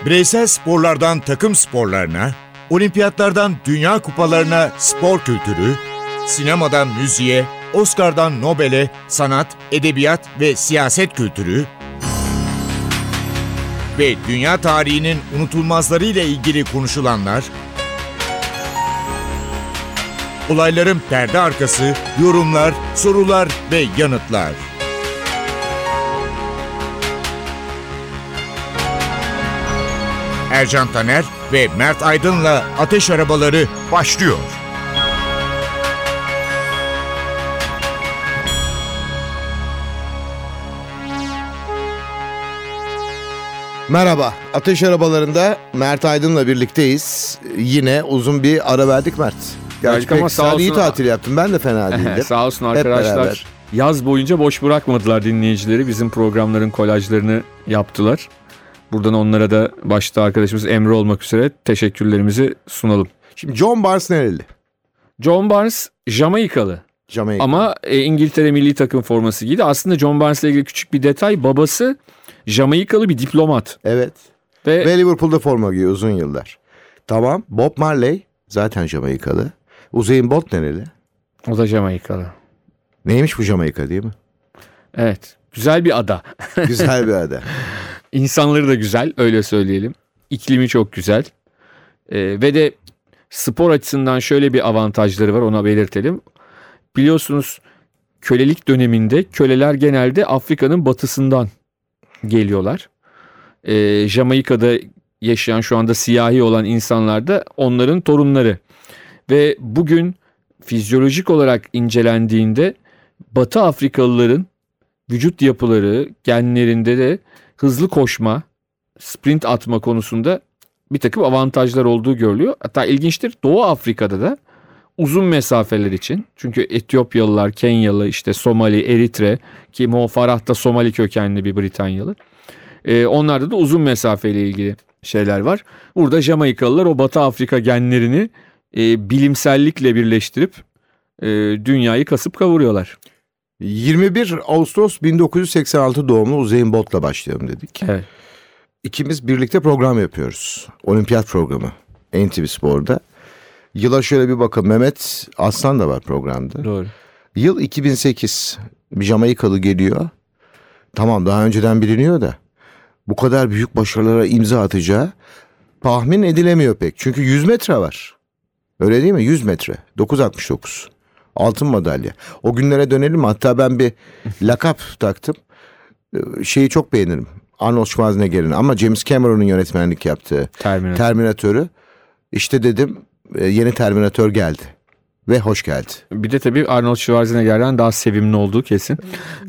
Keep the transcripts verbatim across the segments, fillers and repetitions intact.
Bireysel sporlardan takım sporlarına, olimpiyatlardan dünya kupalarına spor kültürü, sinemadan müziğe, Oscar'dan Nobel'e sanat, edebiyat ve siyaset kültürü ve dünya tarihinin unutulmazlarıyla ilgili konuşulanlar, olayların perde arkası, yorumlar, sorular ve yanıtlar. Ercan Taner ve Mert Aydın'la Ateş Arabaları başlıyor. Merhaba, Ateş Arabalarında Mert Aydın'la birlikteyiz. Yine uzun bir ara verdik Mert. Gerçi pek sen iyi tatil yaptın, ben de fena değildim. Sağ olsun arkadaşlar. Yaz boyunca boş bırakmadılar dinleyicileri. Bizim programların kolajlarını yaptılar. Buradan onlara da başta arkadaşımız Emre olmak üzere teşekkürlerimizi sunalım. Şimdi John Barnes nereli? John Barnes Jamaikalı. Jamaika. Ama e, İngiltere milli takım forması giydi. Aslında John Barnes'la ilgili küçük bir detay. Babası Jamaikalı bir diplomat. Evet. Ve, Ve Liverpool'da forma giyiyor uzun yıllar. Tamam. Bob Marley zaten Jamaikalı. Usain Bolt nereli? O da Jamaikalı. Neymiş bu Jamaika, değil mi? Evet. Güzel bir ada. Güzel bir ada. İnsanları da güzel, öyle söyleyelim. İklimi çok güzel. Ee, ve de spor açısından şöyle bir avantajları var, ona belirtelim. Biliyorsunuz kölelik döneminde köleler genelde Afrika'nın batısından geliyorlar. Ee, Jamaika'da yaşayan, şu anda siyahi olan insanlar da onların torunları. Ve bugün fizyolojik olarak incelendiğinde Batı Afrikalıların vücut yapıları, genlerinde de hızlı koşma, sprint atma konusunda bir takım avantajlar olduğu görülüyor. Hatta ilginçtir, Doğu Afrika'da da uzun mesafeler için, çünkü Etiyopyalılar, Kenyalı, işte Somali, Eritre, ki Mo Farah da Somali kökenli bir Britanyalı. Ee, onlarda da uzun mesafeyle ilgili şeyler var. Burada Jamaikalılar o Batı Afrika genlerini e, bilimsellikle birleştirip e, dünyayı kasıp kavuruyorlar. yirmi bir Ağustos bin dokuz yüz seksen altı doğumlu Usain Bolt'la başlayalım dedik. Evet. İkimiz birlikte program yapıyoruz. Olimpiyat programı N T V Spor'da. Yıla şöyle bir bakın, Mehmet Aslan da var programda. Doğru. Yıl iki bin sekiz. Bir Jamaikalı geliyor. Tamam, daha önceden biliniyor da bu kadar büyük başarılara imza atacağı tahmin edilemiyor pek. Çünkü yüz metre var. Öyle değil mi? yüz metre. dokuz altmış dokuz. Altın madalya. O günlere dönelim. Hatta ben bir lakap taktım. Şeyi çok beğenirim. Arnold Schwarzenegger'in ama James Cameron'un yönetmenlik yaptığı Terminator. Terminatör'ü. İşte dedim, yeni Terminator geldi. Ve hoş geldi. Bir de tabii Arnold Schwarzenegger'den daha sevimli olduğu kesin.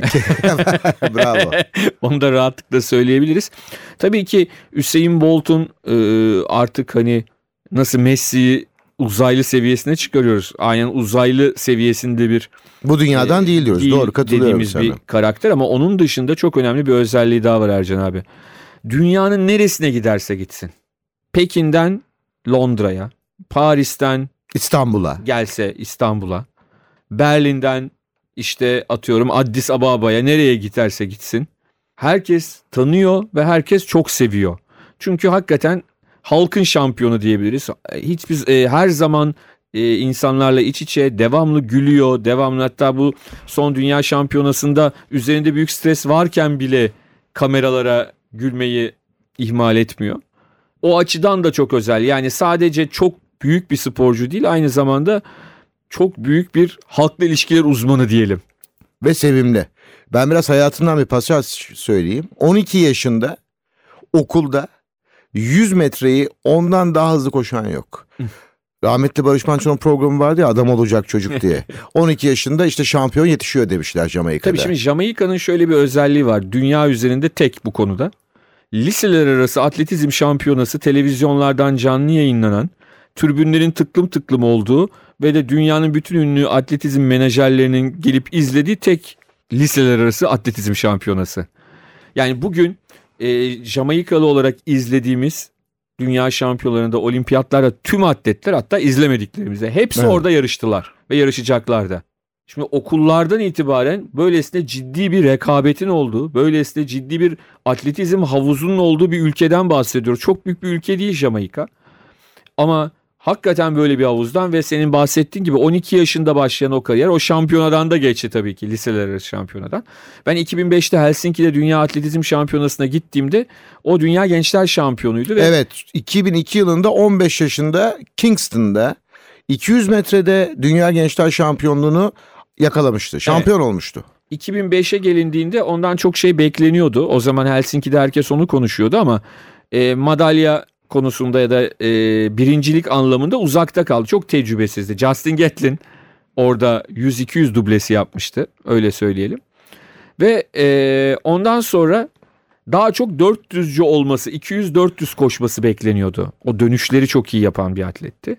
Bravo. Onu da rahatlıkla söyleyebiliriz. Tabii ki Usain Bolt'un e, artık hani nasıl Messi'yi uzaylı seviyesine çıkarıyoruz. Aynen uzaylı seviyesinde bir bu dünyadan e, değil diyoruz. Değil, doğru, katılıyorum dediğimiz sana. Bir karakter, ama onun dışında çok önemli bir özelliği daha var Ercan abi. Dünyanın neresine giderse gitsin. Pekin'den Londra'ya, Paris'ten İstanbul'a gelse İstanbul'a, Berlin'den işte atıyorum Addis Ababa'ya, nereye giderse gitsin, herkes tanıyor ve herkes çok seviyor. Çünkü hakikaten halkın şampiyonu diyebiliriz. Hiçbir e, her zaman e, insanlarla iç içe, devamlı gülüyor, devamlı, hatta bu son dünya şampiyonasında üzerinde büyük stres varken bile kameralara gülmeyi ihmal etmiyor. O açıdan da çok özel. Yani sadece çok büyük bir sporcu değil, aynı zamanda çok büyük bir halkla ilişkiler uzmanı diyelim. Ve sevimli. Ben biraz hayatımdan bir pasaj söyleyeyim. on iki yaşında okulda yüz metreyi ondan daha hızlı koşan yok. Rahmetli Barış Manço'nun programı vardı ya, Adam Olacak Çocuk diye. on iki yaşında işte şampiyon yetişiyor demişler Jamaika'da. Tabii şimdi Jamaika'nın şöyle bir özelliği var. Dünya üzerinde tek bu konuda. Liseler arası atletizm şampiyonası televizyonlardan canlı yayınlanan, tribünlerin tıklım tıklım olduğu ve de dünyanın bütün ünlü atletizm menajerlerinin gelip izlediği tek liseler arası atletizm şampiyonası. Yani bugün e, Jamaikalı olarak izlediğimiz dünya şampiyonlarında, olimpiyatlarda tüm atletler, hatta izlemediklerimizde hepsi evet. orada yarıştılar ve yarışacaklar da. Şimdi okullardan itibaren böylesine ciddi bir rekabetin olduğu, böylesine ciddi bir atletizm havuzunun olduğu bir ülkeden bahsediyoruz. Çok büyük bir ülke değil Jamaika. Ama hakikaten böyle bir havuzdan ve senin bahsettiğin gibi on iki yaşında başlayan o kariyer o şampiyonadan da geçti tabii ki, liseler arası şampiyonadan. Ben iki bin beşte Helsinki'de Dünya Atletizm Şampiyonası'na gittiğimde o Dünya Gençler Şampiyonuydu. Ve evet, iki bin iki yılında on beş yaşında Kingston'da iki yüz metrede Dünya Gençler Şampiyonluğunu yakalamıştı. Şampiyon evet. olmuştu. iki bin beşe gelindiğinde ondan çok şey bekleniyordu. O zaman Helsinki'de herkes onu konuşuyordu ama e, madalya konusunda ya da e, birincilik anlamında uzakta kaldı. Çok tecrübesizdi. Justin Gatlin orada yüz iki yüz dublesi yapmıştı. Öyle söyleyelim. Ve e, ondan sonra daha çok dört yüzcü olması, iki yüz dört yüz koşması bekleniyordu. O dönüşleri çok iyi yapan bir atletti.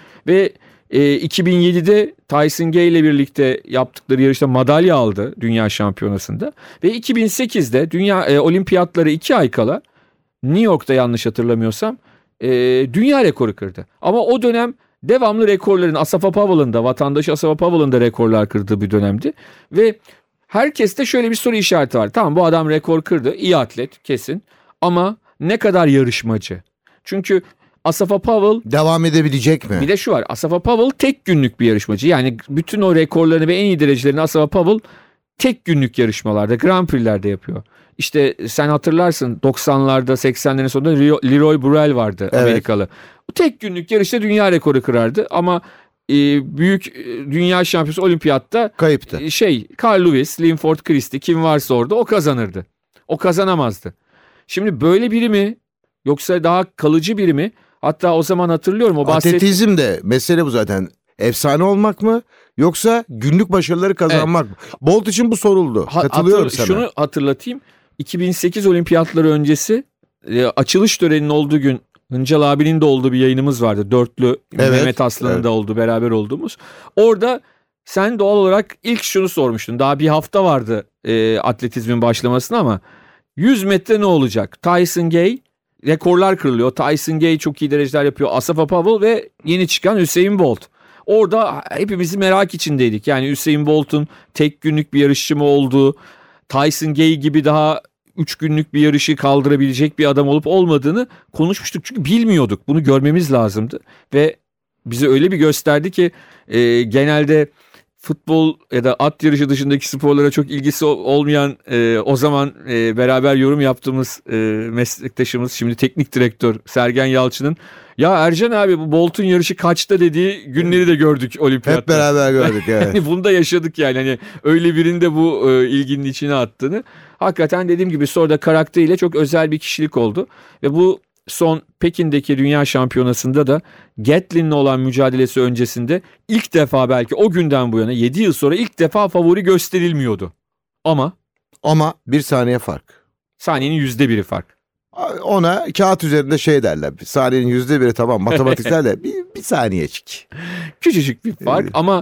Ve e, iki bin yedide Tyson Gay ile birlikte yaptıkları yarışta madalya aldı Dünya Şampiyonası'nda. Ve iki bin sekizde Dünya e, Olimpiyatları iki ay kala New York'ta yanlış hatırlamıyorsam e, dünya rekoru kırdı. Ama o dönem devamlı rekorların Asafa Powell'ın da vatandaşı Asafa Powell'ın da rekorlar kırdığı bir dönemdi. Ve herkeste şöyle bir soru işareti var. Tamam, bu adam rekor kırdı, iyi atlet kesin ama ne kadar yarışmacı? Çünkü Asafa Powell devam edebilecek mi? Bir de şu var, Asafa Powell tek günlük bir yarışmacı. Yani bütün o rekorlarını ve en iyi derecelerini Asafa Powell tek günlük yarışmalarda, Grand Prix'lerde yapıyor. İşte sen hatırlarsın doksanlarda seksenlerin sonunda Leroy Burrell vardı, evet. Amerikalı. O tek günlük yarışta dünya rekoru kırardı ama e, büyük e, dünya şampiyonu olimpiyatta kayıptı. E, şey Carl Lewis, Linford Christie kim varsa orada o kazanırdı. O kazanamazdı. Şimdi böyle biri mi yoksa daha kalıcı biri mi? Hatta o zaman hatırlıyorum o bahset... Atletizm de mesele bu zaten. Efsane olmak mı yoksa günlük başarıları kazanmak evet. mı? Bolt için bu soruldu. Ha, Katılıyorum hatır, sana. Şunu hatırlatayım. iki bin sekiz olimpiyatları öncesi e, açılış töreninin olduğu gün Hıncal abinin de olduğu bir yayınımız vardı. Dörtlü evet, Mehmet Aslan'ın evet. da olduğu, beraber olduğumuz. Orada sen doğal olarak ilk şunu sormuştun. Daha bir hafta vardı e, atletizmin başlamasına ama yüz metre ne olacak? Tyson Gay rekorlar kırılıyor. Tyson Gay çok iyi dereceler yapıyor. Asafa Powell ve yeni çıkan Usain Bolt. Orada hepimiz merak içindeydik. Yani Usain Bolt'un tek günlük bir yarışçı mı olduğu, Tyson Gay gibi daha üç günlük bir yarışı kaldırabilecek bir adam olup olmadığını konuşmuştuk. Çünkü bilmiyorduk. Bunu görmemiz lazımdı. Ve bize öyle bir gösterdi ki e, genelde futbol ya da at yarışı dışındaki sporlara çok ilgisi olmayan e, o zaman e, beraber yorum yaptığımız e, meslektaşımız, şimdi teknik direktör Sergen Yalçın'ın ya Ercan abi bu Bolt'un yarışı kaçta dediği günleri de gördük olimpiyatta. Hep beraber gördük evet. Yani bunu da yaşadık yani, hani öyle birinin de bu e, ilginin içine attığını. Hakikaten dediğim gibi sonra da karakteriyle çok özel bir kişilik oldu ve bu son Pekin'deki Dünya Şampiyonası'nda da Gatlin'le olan mücadelesi öncesinde ilk defa, belki o günden bu yana yedi yıl sonra ilk defa favori gösterilmiyordu. Ama ama bir saniye fark. Saniyenin yüzde biri fark. Ona kağıt üzerinde şey derler. Saniyenin yüzde biri tamam, matematiklerle bir, bir saniyecik. Küçücük bir fark evet. Ama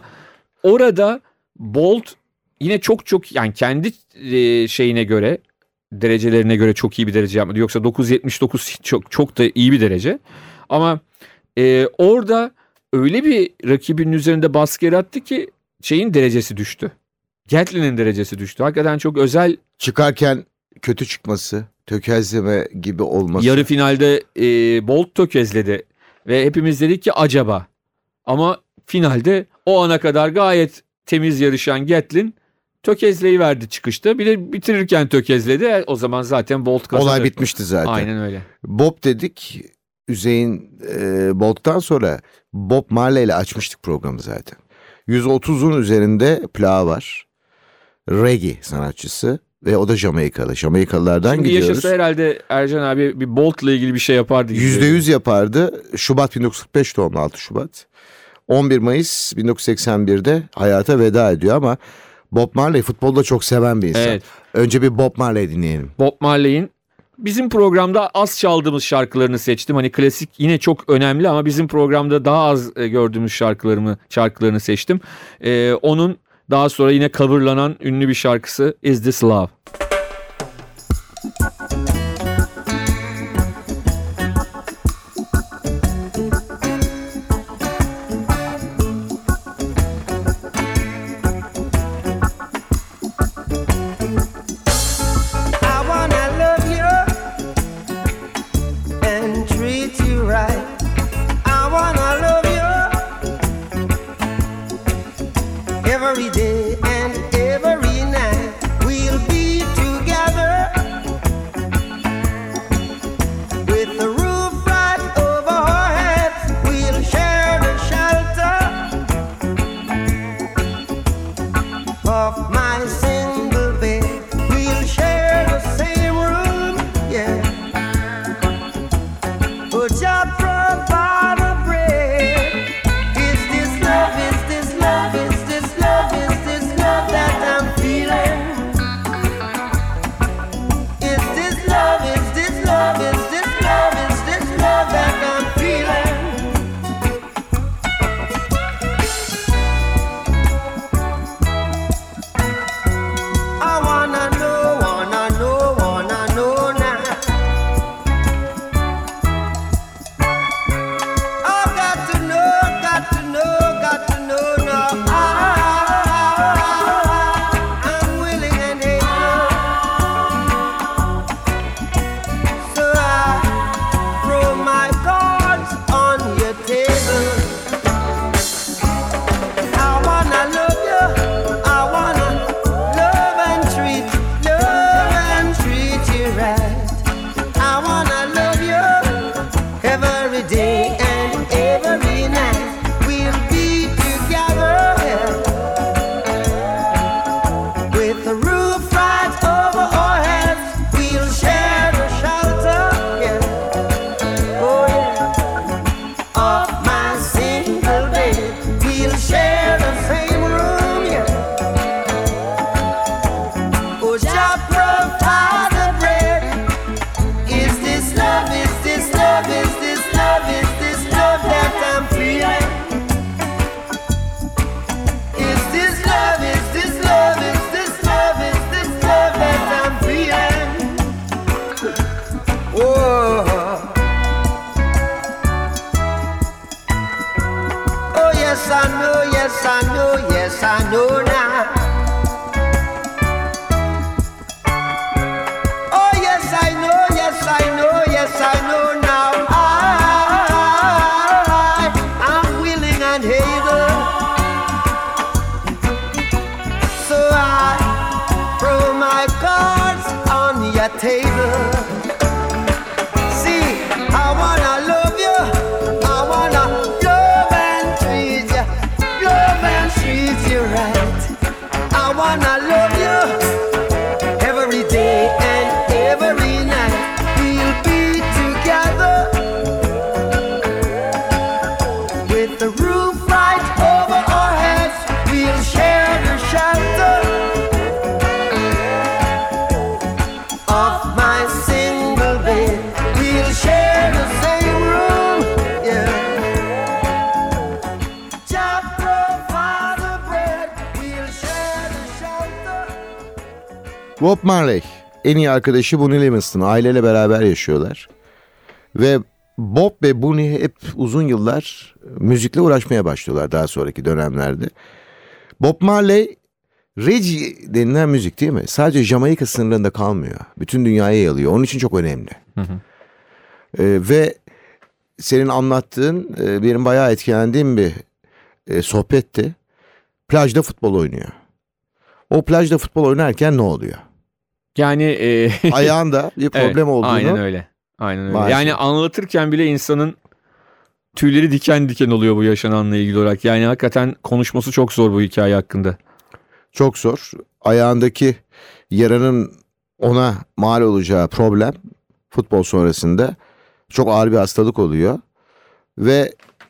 orada Bolt yine çok çok yani kendi şeyine göre, derecelerine göre çok iyi bir derece yapmadı. Yoksa dokuz yetmiş dokuz çok çok da iyi bir derece. Ama e, orada öyle bir rakibinin üzerinde baskı yarattı ki şeyin derecesi düştü. Gatlin'in derecesi düştü. Hakikaten çok özel. Çıkarken kötü çıkması, tökezleme gibi olması. Yarı finalde e, Bolt tökezledi ve hepimiz dedik ki acaba. Ama finalde o ana kadar gayet temiz yarışan Gatlin tökezleyi verdi çıkışta. Bir de bitirirken tökezledi. O zaman zaten Bolt kazandı. Olay bitmişti zaten. Aynen öyle. Bob dedik. Usain e, Bolt'tan sonra Bob Marley ile açmıştık programı zaten. yüz otuzun üzerinde plağı var. Reggae sanatçısı ve o da Jamaikalı. Jamaikalılardan Şimdi gidiyoruz. Yaşasa herhalde Ercan abi bir Bolt'la ilgili bir şey yapardı. yüzde yüz yapardı. Şubat bin dokuz yüz kırk beş doğumlu, altı Şubat. on bir Mayıs bin dokuz yüz seksen birde hayata veda ediyor ama Bob Marley futbolda çok seven bir insan. Evet. Önce bir Bob Marley dinleyelim. Bob Marley'in bizim programda az çaldığımız şarkılarını seçtim. Hani klasik yine çok önemli ama bizim programda daha az gördüğümüz şarkılarımı şarkılarını seçtim. Ee, onun daha sonra yine coverlanan ünlü bir şarkısı Is This Love? know now. Oh yes, I know, yes, I know, yes, I know now. I, I'm willing and able. So I throw my cards on your table. See, I wanna love you, I wanna love and treat you, love and treat you right. I wanna love you every day and every night. We'll be together with the roof right over our heads. We'll share the shelter of my single bed. We'll share the same room, yeah. Jah provide the bread. We'll share the shelter. Bob Marley en iyi arkadaşı Bunny Livingston. Aileyle beraber yaşıyorlar. Ve Bob ve Bunny hep uzun yıllar müzikle uğraşmaya başlıyorlar daha sonraki dönemlerde. Bob Marley reggae denilen müzik değil mi? Sadece Jamaika sınırlarında kalmıyor. Bütün dünyaya yayılıyor. Onun için çok önemli. Hı hı. Ee, ve senin anlattığın e, benim bayağı etkilendiğim bir e, sohbetti. Plajda futbol oynuyor. O plajda futbol oynarken ne oluyor? Yani e... ayağında bir problem evet, olduğunu. Aynen öyle. Aynen öyle. Maalesef. Yani anlatırken bile insanın tüyleri diken diken oluyor bu yaşananla ilgili olarak. Yani hakikaten konuşması çok zor bu hikaye hakkında. Çok zor. Ayağındaki yaranın ona mal olacağı problem futbol sonrasında çok ağır bir hastalık oluyor. Ve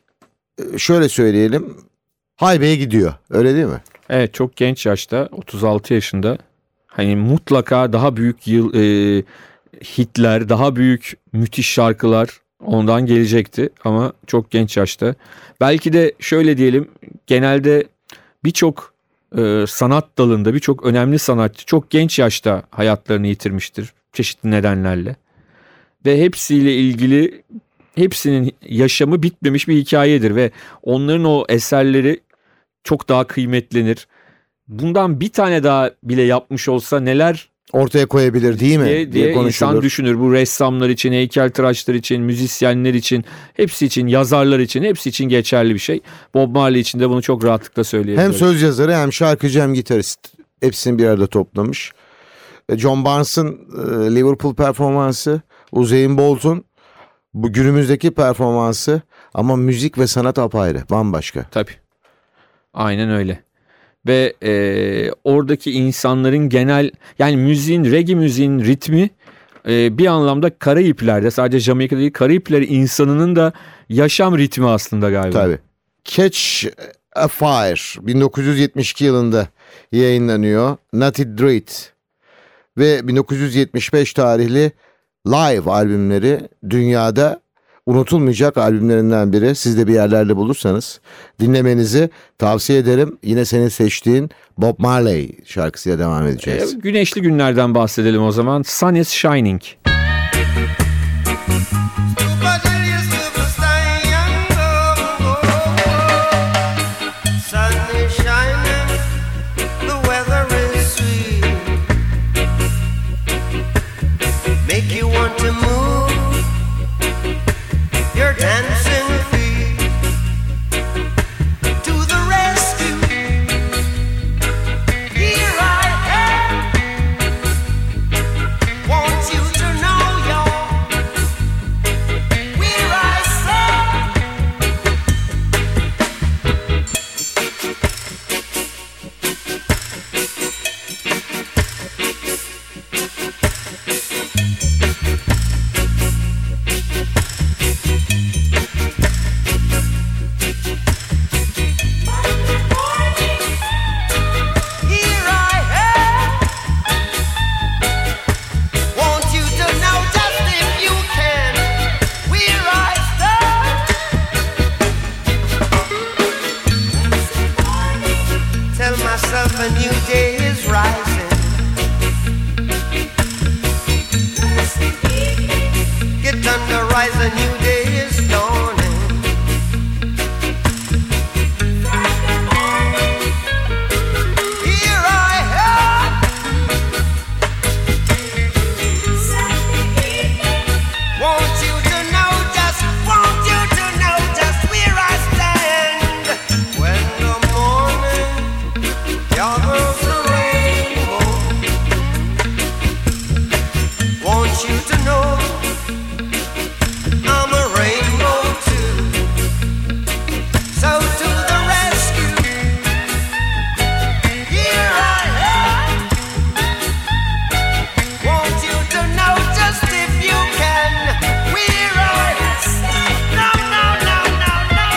şöyle söyleyelim, haybeye gidiyor. Öyle değil mi? Evet, çok genç yaşta, otuz altı yaşında. Hani mutlaka daha büyük yıl e, hitler, daha büyük müthiş şarkılar ondan gelecekti ama çok genç yaşta. Belki de şöyle diyelim, genelde birçok e, sanat dalında birçok önemli sanatçı çok genç yaşta hayatlarını yitirmiştir çeşitli nedenlerle. Ve hepsiyle ilgili, hepsinin yaşamı bitmemiş bir hikayedir ve onların o eserleri çok daha kıymetlenir. Bundan bir tane daha bile yapmış olsa neler ortaya koyabilir değil mi? diye, diye insan düşünür. Bu ressamlar için, heykeltıraşlar için, müzisyenler için, hepsi için, yazarlar için, hepsi için geçerli bir şey. Bob Marley için de bunu çok rahatlıkla söyleyebilirim. Hem söz yazarı hem şarkıcı hem gitarist. Hepsini bir arada toplamış. John Barnes'ın Liverpool performansı, Usain Bolt'un bu günümüzdeki performansı, ama müzik ve sanat apayrı, bambaşka. Tabii. Aynen öyle. Ve e, oradaki insanların genel, yani müziğin, reggae müziğin ritmi e, bir anlamda Karayipler'de, sadece Jamaika'da değil, Karayipler insanının da yaşam ritmi aslında galiba. Tabii. Catch a Fire bin dokuz yüz yetmiş iki yılında yayınlanıyor. Natty Dread ve bin dokuz yüz yetmiş beş tarihli Live albümleri dünyada unutulmayacak albümlerinden biri. Siz de bir yerlerde bulursanız dinlemenizi tavsiye ederim. Yine senin seçtiğin Bob Marley şarkısıyla devam edeceğiz. E, güneşli günlerden bahsedelim o zaman. Sun is Shining. A new day is rising. Get under, rise, a new day is dawning. you to know I'm a rainbow too. So to the rescue, here I am. Want you to know just if you can, we're right. No, no, no, no, no,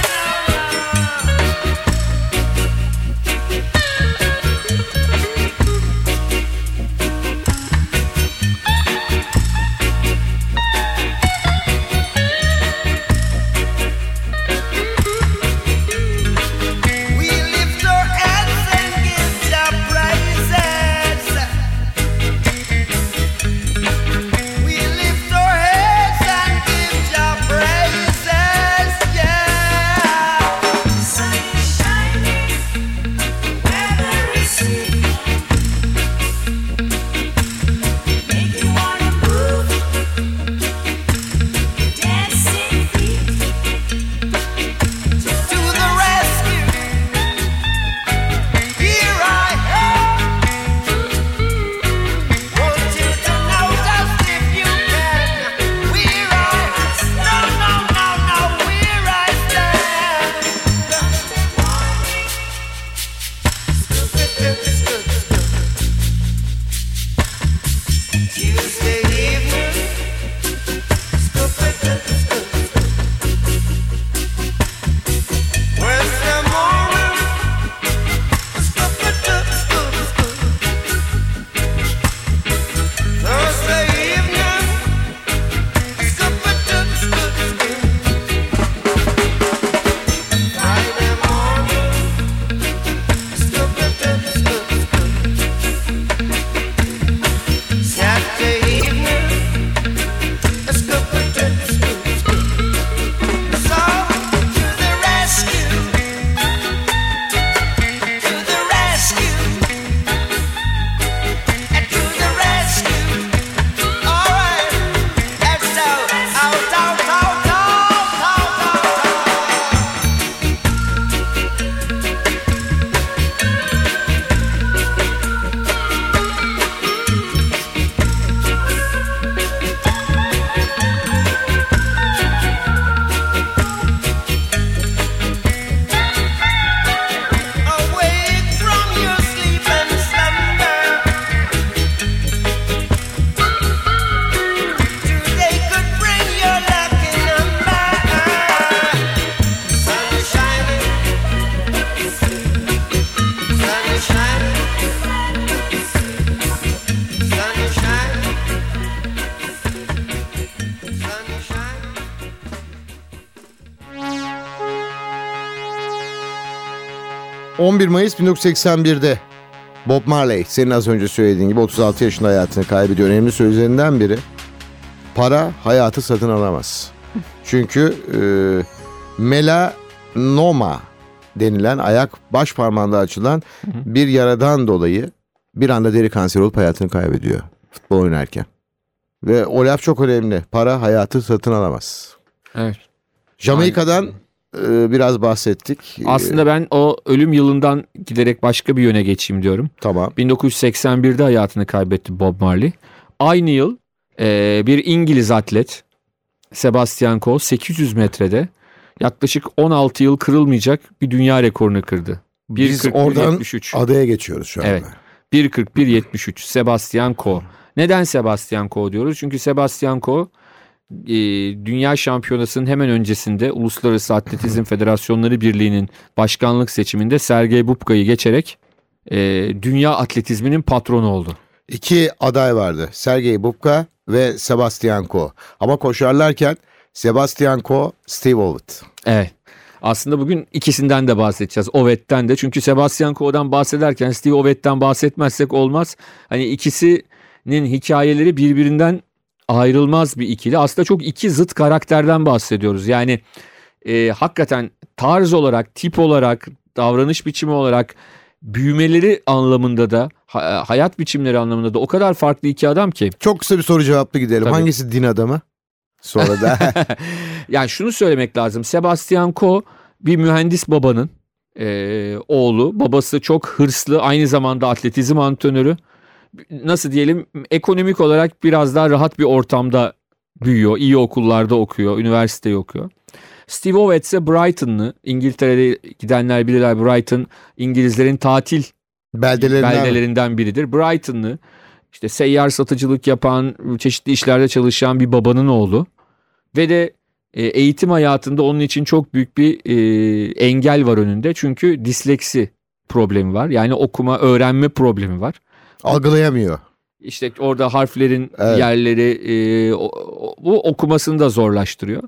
we lift our hands and give Jah praises. We lift our heads and give Jah praises, yeah. Sun is shining, weather is sweet, make you wanna move, dancing feet. To the rescue, here I am. Want you to know just if you can, we're right. No, no, no, no, we're right stand. Tuesday evening, Wednesday morning, Thursday evening, Friday morning, Saturday evening, so to the rescue, to the rescue, and to the rescue. All right, let's go out, out, out, out, out, awake from your sleep and slumber. Today could bring your lucky number. Sun is shining, sun is shining, sun is shining, sun is shining. on bir Mayıs bin dokuz yüz seksen birde Bob Marley, senin az önce söylediğin gibi otuz altı yaşında hayatını kaybediyor. Önemli sözlerinden biri, para hayatı satın alamaz. Çünkü e, melanoma denilen ayak baş parmağında açılan bir yaradan dolayı bir anda deri kanseri olup hayatını kaybediyor futbol oynarken. Ve o laf çok önemli. Para hayatı satın alamaz. Evet. Jamaika'dan e, biraz bahsettik. Aslında ben o ölüm yılından giderek başka bir yöne geçeyim diyorum. Tamam. bin dokuz yüz seksen birde hayatını kaybetti Bob Marley. Aynı yıl e, bir İngiliz atlet Sebastian Coe sekiz yüz metrede yaklaşık on altı yıl kırılmayacak bir dünya rekorunu kırdı. Biz oradan adaya geçiyoruz şu anda. Evet. bir kırk bir yetmiş üç Sebastian Coe. Neden Sebastian Coe diyoruz? Çünkü Sebastian Coe e, Dünya Şampiyonası'nın hemen öncesinde Uluslararası Atletizm Federasyonları Birliği'nin başkanlık seçiminde Sergey Bubka'yı geçerek e, dünya atletizminin patronu oldu. İki aday vardı. Sergey Bubka ve Sebastian Coe. Ama koşarlarken Sebastian Coe, Steve Ovett. Evet. Aslında bugün ikisinden de bahsedeceğiz. Ovett'ten de. Çünkü Sebastian Coe'dan bahsederken Steve Ovett'ten bahsetmezsek olmaz. Hani ikisinin hikayeleri birbirinden ayrılmaz bir ikili. Aslında çok iki zıt karakterden bahsediyoruz. Yani e, hakikaten tarz olarak, tip olarak, davranış biçimi olarak, büyümeleri anlamında da, ha- hayat biçimleri anlamında da o kadar farklı iki adam ki. Çok kısa bir soru cevaplı gidelim. Tabii. Hangisi din adamı? Sonra da Yani şunu söylemek lazım. Sebastian Coe bir mühendis babanın e, oğlu. Babası çok hırslı, aynı zamanda atletizm antrenörü nasıl diyelim, ekonomik olarak biraz daha rahat bir ortamda büyüyor. İyi okullarda okuyor, üniversiteyi okuyor. Steve Ovett ise Brighton'lı. İngiltere'de gidenler bilirler, Brighton İngilizlerin tatil Beldelerinden, beldelerinden biridir. Brighton'lı, işte seyyar satıcılık yapan, çeşitli işlerde çalışan bir babanın oğlu. Ve de e, eğitim hayatında onun için çok büyük bir e, engel var önünde. Çünkü disleksi problemi var. Yani okuma, öğrenme problemi var. algılayamıyor. İşte orada harflerin Evet. yerleri e, o, o- bu okumasını da zorlaştırıyor.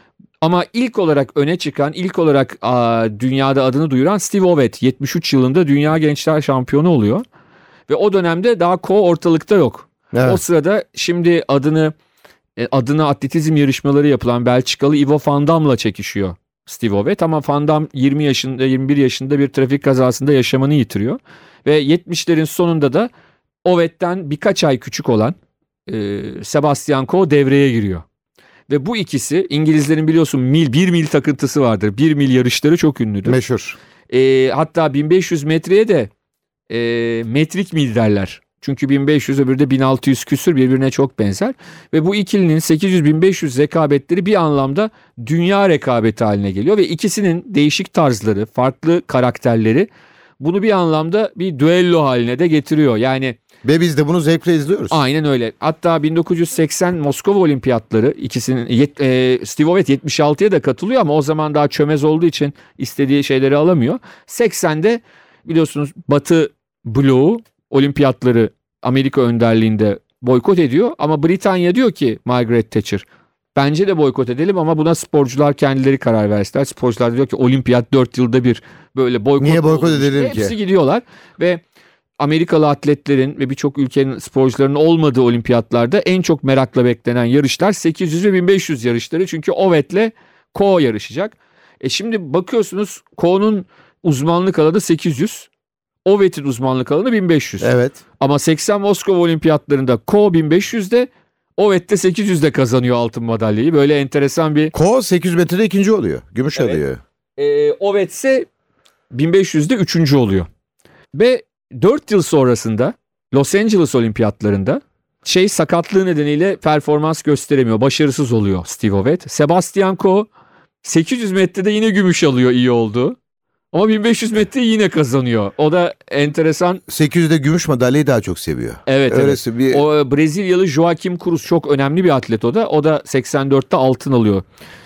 Ama ilk olarak öne çıkan, ilk olarak a, dünyada adını duyuran Steve Ovett yetmiş üç yılında Dünya Gençler Şampiyonu oluyor. Ve o dönemde daha Ko ortalıkta yok. Evet. O sırada şimdi adını e, adına atletizm yarışmaları yapılan Belçikalı Ivo van Dam'la çekişiyor Steve Ovett. Ama Van Dam yirmi yaşında, yirmi bir yaşında bir trafik kazasında yaşamını yitiriyor. Ve yetmişlerin sonunda da Ovett'ten birkaç ay küçük olan e, Sebastian Ko devreye giriyor. Ve bu ikisi, İngilizlerin biliyorsun mil, bir mil takıntısı vardır. Bir mil yarışları çok ünlüdür. Meşhur. E, hatta bin beş yüz metreye de e, metrik mil derler. Çünkü bin beş yüz öbürü de bin altı yüz küsür, birbirine çok benzer. Ve bu ikilinin sekiz yüz bin beş yüz rekabetleri bir anlamda dünya rekabeti haline geliyor. Ve ikisinin değişik tarzları, farklı karakterleri bunu bir anlamda bir düello haline de getiriyor. Yani Ve biz de bunu zevkle izliyoruz. aynen öyle. Hatta bin dokuz yüz seksen Moskova Olimpiyatları ikisinin yet, e, Steve Ovett yetmiş altıya da katılıyor ama o zaman daha çömez olduğu için istediği şeyleri alamıyor. seksende biliyorsunuz Batı bloğu olimpiyatları Amerika önderliğinde boykot ediyor ama Britanya diyor ki Margaret Thatcher, bence de boykot edelim ama buna sporcular kendileri karar versinler. Sporcular diyor ki olimpiyat dört yılda bir böyle boykot Niye boykot olmuş. edelim ki? Hepsi gidiyorlar ve Amerikalı atletlerin ve birçok ülkenin sporcularının olmadığı olimpiyatlarda en çok merakla beklenen yarışlar sekiz yüz ve bin beş yüz yarışları. Çünkü Ovett'le Ko yarışacak. E şimdi bakıyorsunuz Ko'nun uzmanlık alanı sekiz yüz. Ovett'in uzmanlık alanı bin beş yüz. Evet. Ama seksen Moskova olimpiyatlarında Ko bin beş yüzde, Ovett de sekiz yüzde kazanıyor altın madalyayı. Böyle enteresan bir... Ko sekiz yüz metrede ikinci oluyor. Gümüş Evet. alıyor. E, Ovett ise bin beş yüzde üçüncü oluyor. Ve dört yıl sonrasında Los Angeles olimpiyatlarında şey sakatlığı nedeniyle performans gösteremiyor. Başarısız oluyor Steve Ovett. Sebastian Ko sekiz yüz metrede yine gümüş alıyor, iyi oldu. Ama bin beş yüz metre yine kazanıyor. O da enteresan. sekiz yüzde gümüş madalyayı daha çok seviyor. Evet, Öylesi evet. bir... O e, Brezilyalı Joaquim Cruz çok önemli bir atlet o da. O da seksen dörtte altın alıyor.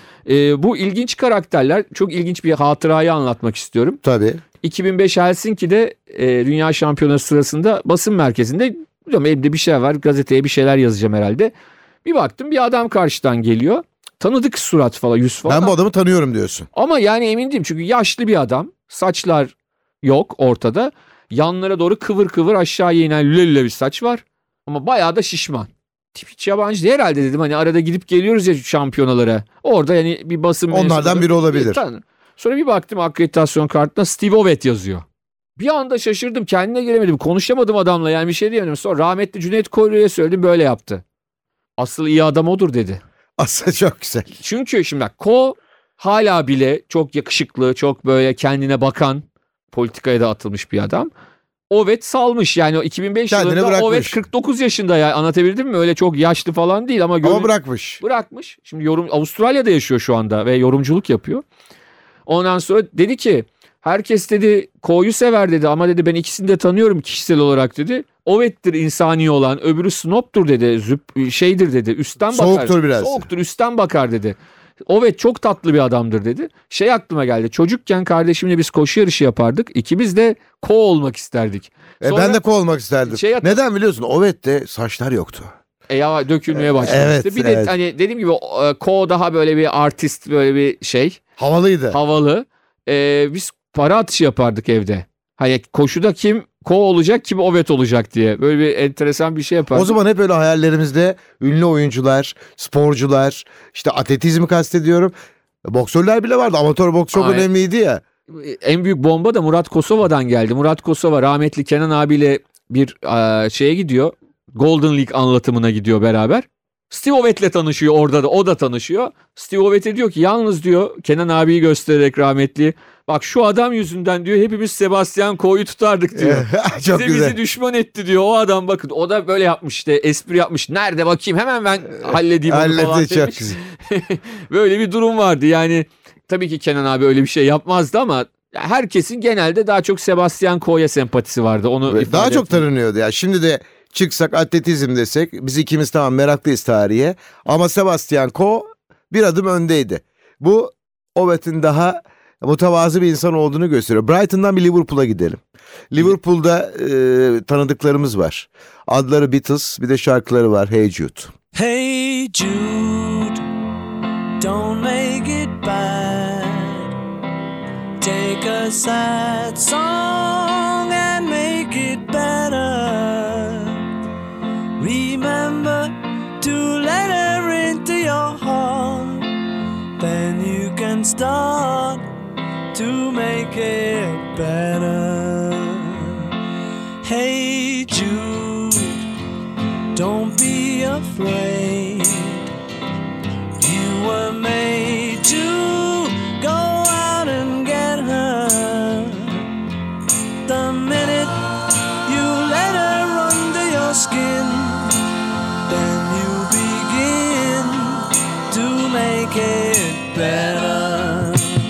E, bu ilginç karakterler, çok ilginç bir hatırayı anlatmak istiyorum. Tabii. iki bin beş Helsinki'de e, Dünya Şampiyonası sırasında basın merkezinde, biliyorum elimde bir şey var, gazeteye bir şeyler yazacağım herhalde. Bir baktım bir adam karşıdan geliyor. Tanıdık surat falan, yüz falan. Ben bu adamı tanıyorum diyorsun. Ama yani emin değilim çünkü yaşlı bir adam. Saçlar yok ortada. Yanlara doğru kıvır kıvır aşağıya inen lüle lüle bir saç var. Ama bayağı da şişman. Tip hiç yabancı değil herhalde dedim. Hani arada gidip geliyoruz ya şampiyonalara. Orada yani bir basın Onlardan mensubu- biri olabilir. Bir tane. Sonra bir baktım akreditasyon kartına Steve Ovett yazıyor. Bir anda şaşırdım, kendine gelemedim. Konuşamadım adamla, yani bir şey diyemedim. Sonra rahmetli Cüneyt Koylu'ya söyledim, böyle yaptı. Asıl iyi adam odur dedi. Aslında çok güzel. Çünkü şimdi bak, Ko hala bile çok yakışıklı, çok böyle kendine bakan, politikaya da atılmış bir adam. Ovett salmış yani, o iki bin beş Kendini yılında bırakmış. Ovett kırk dokuz yaşında, ya anlatabildim mi? Öyle çok yaşlı falan değil ama, Ama görün- bırakmış. bırakmış. Şimdi yorum, Avustralya'da yaşıyor şu anda ve yorumculuk yapıyor. Ondan sonra dedi ki herkes dedi Ko'yu sever dedi ama dedi ben ikisini de tanıyorum kişisel olarak dedi. Ovett'tir insani olan, öbürü snob'tur dedi. Züp, şeydir dedi. Üstten bakar. Soğuktur biraz. Soğuktur, üstten bakar dedi. Ovett çok tatlı bir adamdır dedi. Şey aklıma geldi. Çocukken kardeşimle biz koşu yarışı yapardık. İkimiz de Ko olmak isterdik. E Sonra- ben de ko olmak isterdim. Şey hat- Neden biliyorsun? Ovett'te saçlar yoktu. E ya dökülmeye başlamıştı. Evet, bir de evet. hani dediğim gibi e, Ko daha böyle bir artist, böyle bir şey. Havalıydı. Havalı. Ee, biz para atışı yapardık evde. Hani koşuda kim Ko olacak, kim Ovett olacak diye. Böyle bir enteresan bir şey yapardık. O zaman hep öyle hayallerimizde ünlü oyuncular, sporcular, işte atletizmi kastediyorum. Boksörler bile vardı. Amatör boks çok Aynen. önemliydi ya. En büyük bomba da Murat Kosova'dan geldi. Murat Kosova rahmetli Kenan abiyle bir e, şeye gidiyor. Golden League anlatımına gidiyor beraber. Steve Ovett'le tanışıyor orada da. O da tanışıyor. Steve Ovett'e diyor ki yalnız diyor, Kenan abiyi göstererek rahmetli, Bak şu adam yüzünden diyor hepimiz Sebastian Coe'yu tutardık diyor. Çok bize, güzel. bizi düşman etti diyor. O adam bakın o da böyle yapmış işte espri yapmış. Nerede bakayım hemen ben halledeyim onu falan Halledecek, demiş. çok güzel. Böyle bir durum vardı yani. Tabii ki Kenan abi öyle bir şey yapmazdı ama herkesin genelde daha çok Sebastian Coe'ya sempatisi vardı. Onu Ve daha ifade çok ettim. tanınıyordu ya. Şimdi de çıksak atletizm desek biz ikimiz tamam meraklıyız tarihe ama Sebastian Coe bir adım öndeydi. Bu Ovet'in daha mütevazı bir insan olduğunu gösteriyor. Brighton'dan bir Liverpool'a gidelim. Liverpool'da e, tanıdıklarımız var. Adları Beatles, bir de şarkıları var. Hey Jude. Hey Jude, don't make it bad. Take a sad song and make it better. Remember to let her into your heart. Then you can start to make it better. Hey Jude, don't be afraid. You were made to go out and get her. The minute you let her under your skin, then you begin to make it better.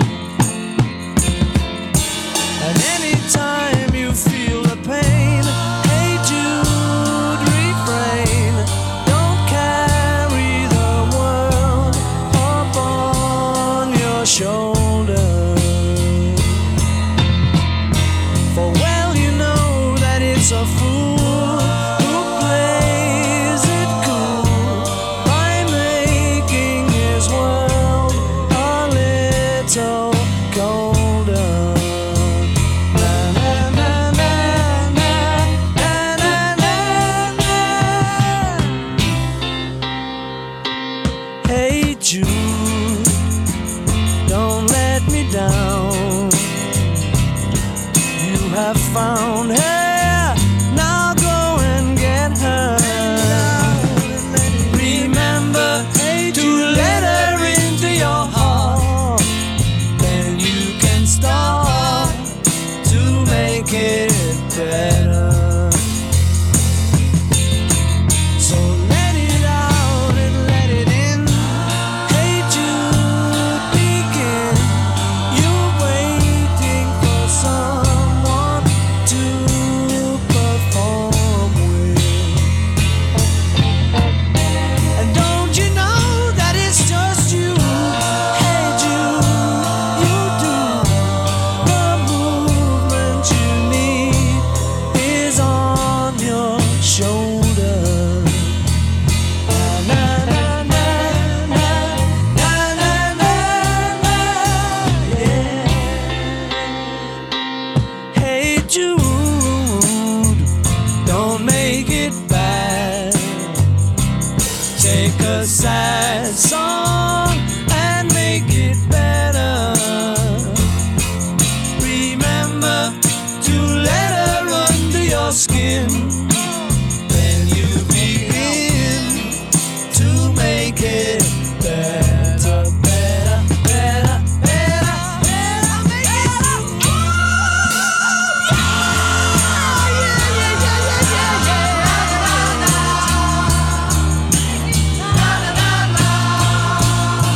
And anytime you feel the pain, hey Jude, refrain. Don't carry the world upon your shoulder. For well you know that it's a fool who plays it cool by making his world a little colder. Na, na, na, na, na, na, na, na, na. Hey Jude, don't let me down. You have found her, now go and get her. Remember to let her into your heart. Then you can start to make it better. So let it out and let it in. Hey Jude, begin. You're waiting for someone to perform with. And don't you know that it's just you? Hey Jude, you do. The movement you need is on your shoulder. Na, na, na, na, na, na, na, na, yeah. Hey Jude, don't make it bad. Take a sad song and make it better. Remember to let her under your skin. Then you begin to make it better, better, better, better, better, make it better. Yeah, yeah, yeah, yeah, yeah, yeah.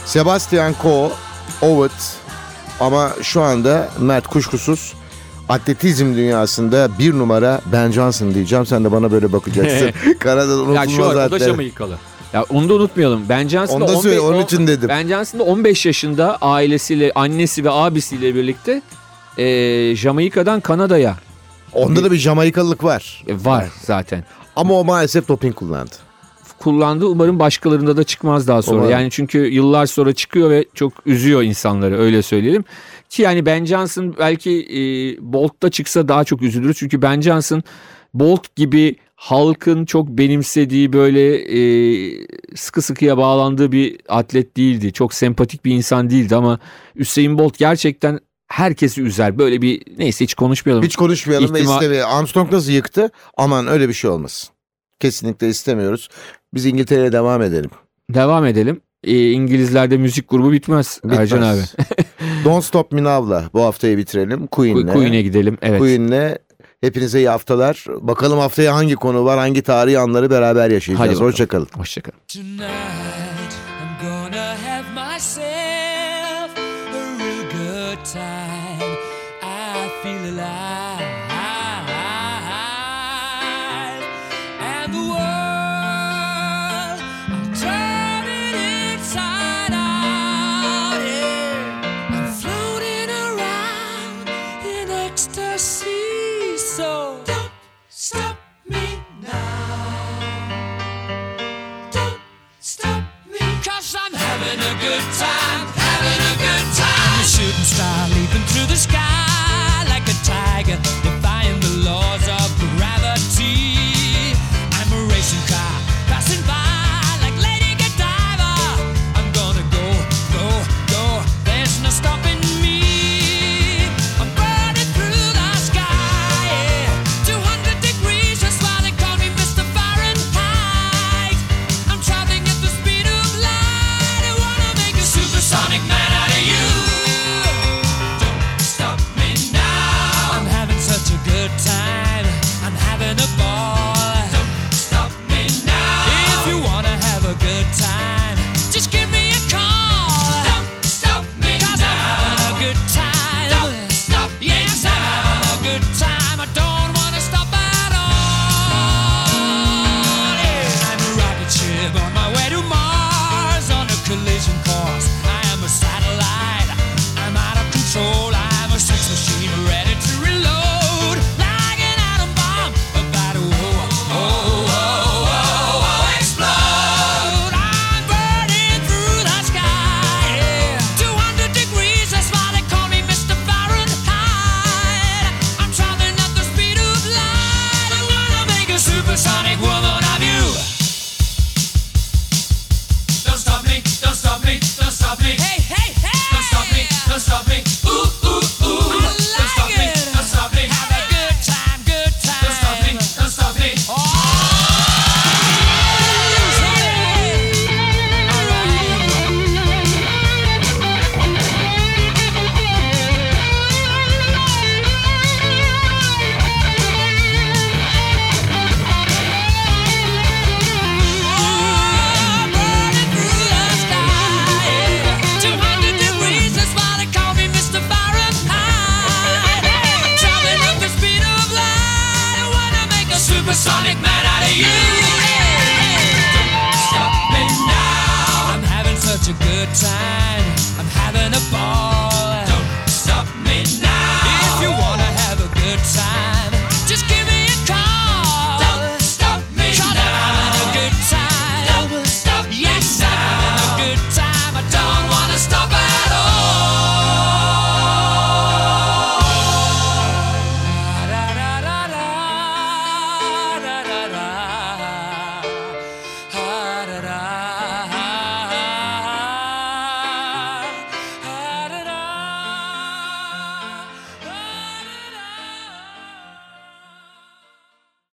Sebastian Coe, Ovid ama şu anda Mert kuşkusuz atletizm dünyasında bir numara Ben Johnson diyeceğim. Sen de bana böyle bakacaksın. Kanada'da Ya şu unutulmaz var, o da atlet. Jamaikalı. Ya onu da unutmayalım. Ben Johnson Onu da söyle, onun için dedim. Ben Johnson da on beş yaşında ailesiyle, annesi ve abisiyle birlikte e, Jamaika'dan Kanada'ya Onda da bir Jamaikalılık var. e, var zaten. Ama o maalesef doping kullandı. Kullandı. Umarım başkalarında da çıkmaz daha sonra. Umarım. Yani çünkü yıllar sonra çıkıyor ve çok üzüyor insanları, öyle söyleyelim. Ki yani Ben Johnson belki e, Bolt'ta çıksa daha çok üzülür. Çünkü Ben Johnson Bolt gibi halkın çok benimsediği, böyle e, sıkı sıkıya bağlandığı bir atlet değildi. Çok sempatik bir insan değildi ama Usain Bolt gerçekten herkesi üzer. Böyle bir, neyse hiç konuşmayalım. Hiç konuşmayalım ve İhtima- istemiyorum. Armstrong nasıl yıktı? Aman öyle bir şey olmasın. Kesinlikle istemiyoruz. Biz İngiltere'ye devam edelim. Devam edelim. E, İngilizlerde müzik grubu bitmez, Bitmez. Ercan abi. Don't Stop Me Now'la bu haftayı bitirelim. Queen'le. Queen'e gidelim. Evet. Queen'le hepinize iyi haftalar. Bakalım haftaya hangi konu var, hangi tarihi anları beraber Hadi yaşayacağız. bakalım. Hoşçakalın. Hoşçakalın. Tonight I'm gonna have myself a real good time. I feel alive, and the world I'm turning inside out. Yeah, I'm floating around in ecstasy. So don't stop me now. Don't stop me, 'cause I'm having a good time, having a good time. I'm a shooting star leaping through the sky like a tiger, defying the laws of gravity. I'm a racing car passing by like Lady Godiva. I'm gonna go, go, go, there's no stopping me. I'm burning through the sky, yeah. two hundred degrees, that's why they call me Mister Fahrenheit. I'm traveling at the speed of light. I wanna make a supersonic man out of you. Don't stop me now. I'm having such a good time. I'm having a ball. Don't stop me now. If you wanna have a good time, just give me a call. Don't stop me now. 'Cause I'm having a good time. Don't stop me now. Yes, I'm having a good time. I don't wanna stop at all. Yeah. I'm a rocket ship on my way to Mars on a collision course. I am a satellite. I'm out of control. I'm a sex machine ready to reload like an atom bomb about to oh, oh, oh, oh, oh, explode. I'm burning through the sky. Yeah. two hundred degrees, that's why they call me Mister Fahrenheit. I'm traveling at the speed of light. I'm gonna make a supersonic woman of you. Don't stop me, don't stop me, don't stop me. Hey, hey, hey! Don't stop me, don't stop me. Ooh, ooh, ooh. I like don't stop it. me, don't stop me. Have a good time, good time. Don't stop me, don't stop me. Oh! I'm burning through the sky. two hundred degrees, that's why they call me Mister Fahrenheit. I'm traveling at the speed of light. I wanna make a supersonic man out of you. Don't stop me now. I'm having such a good time. I'm having a ball.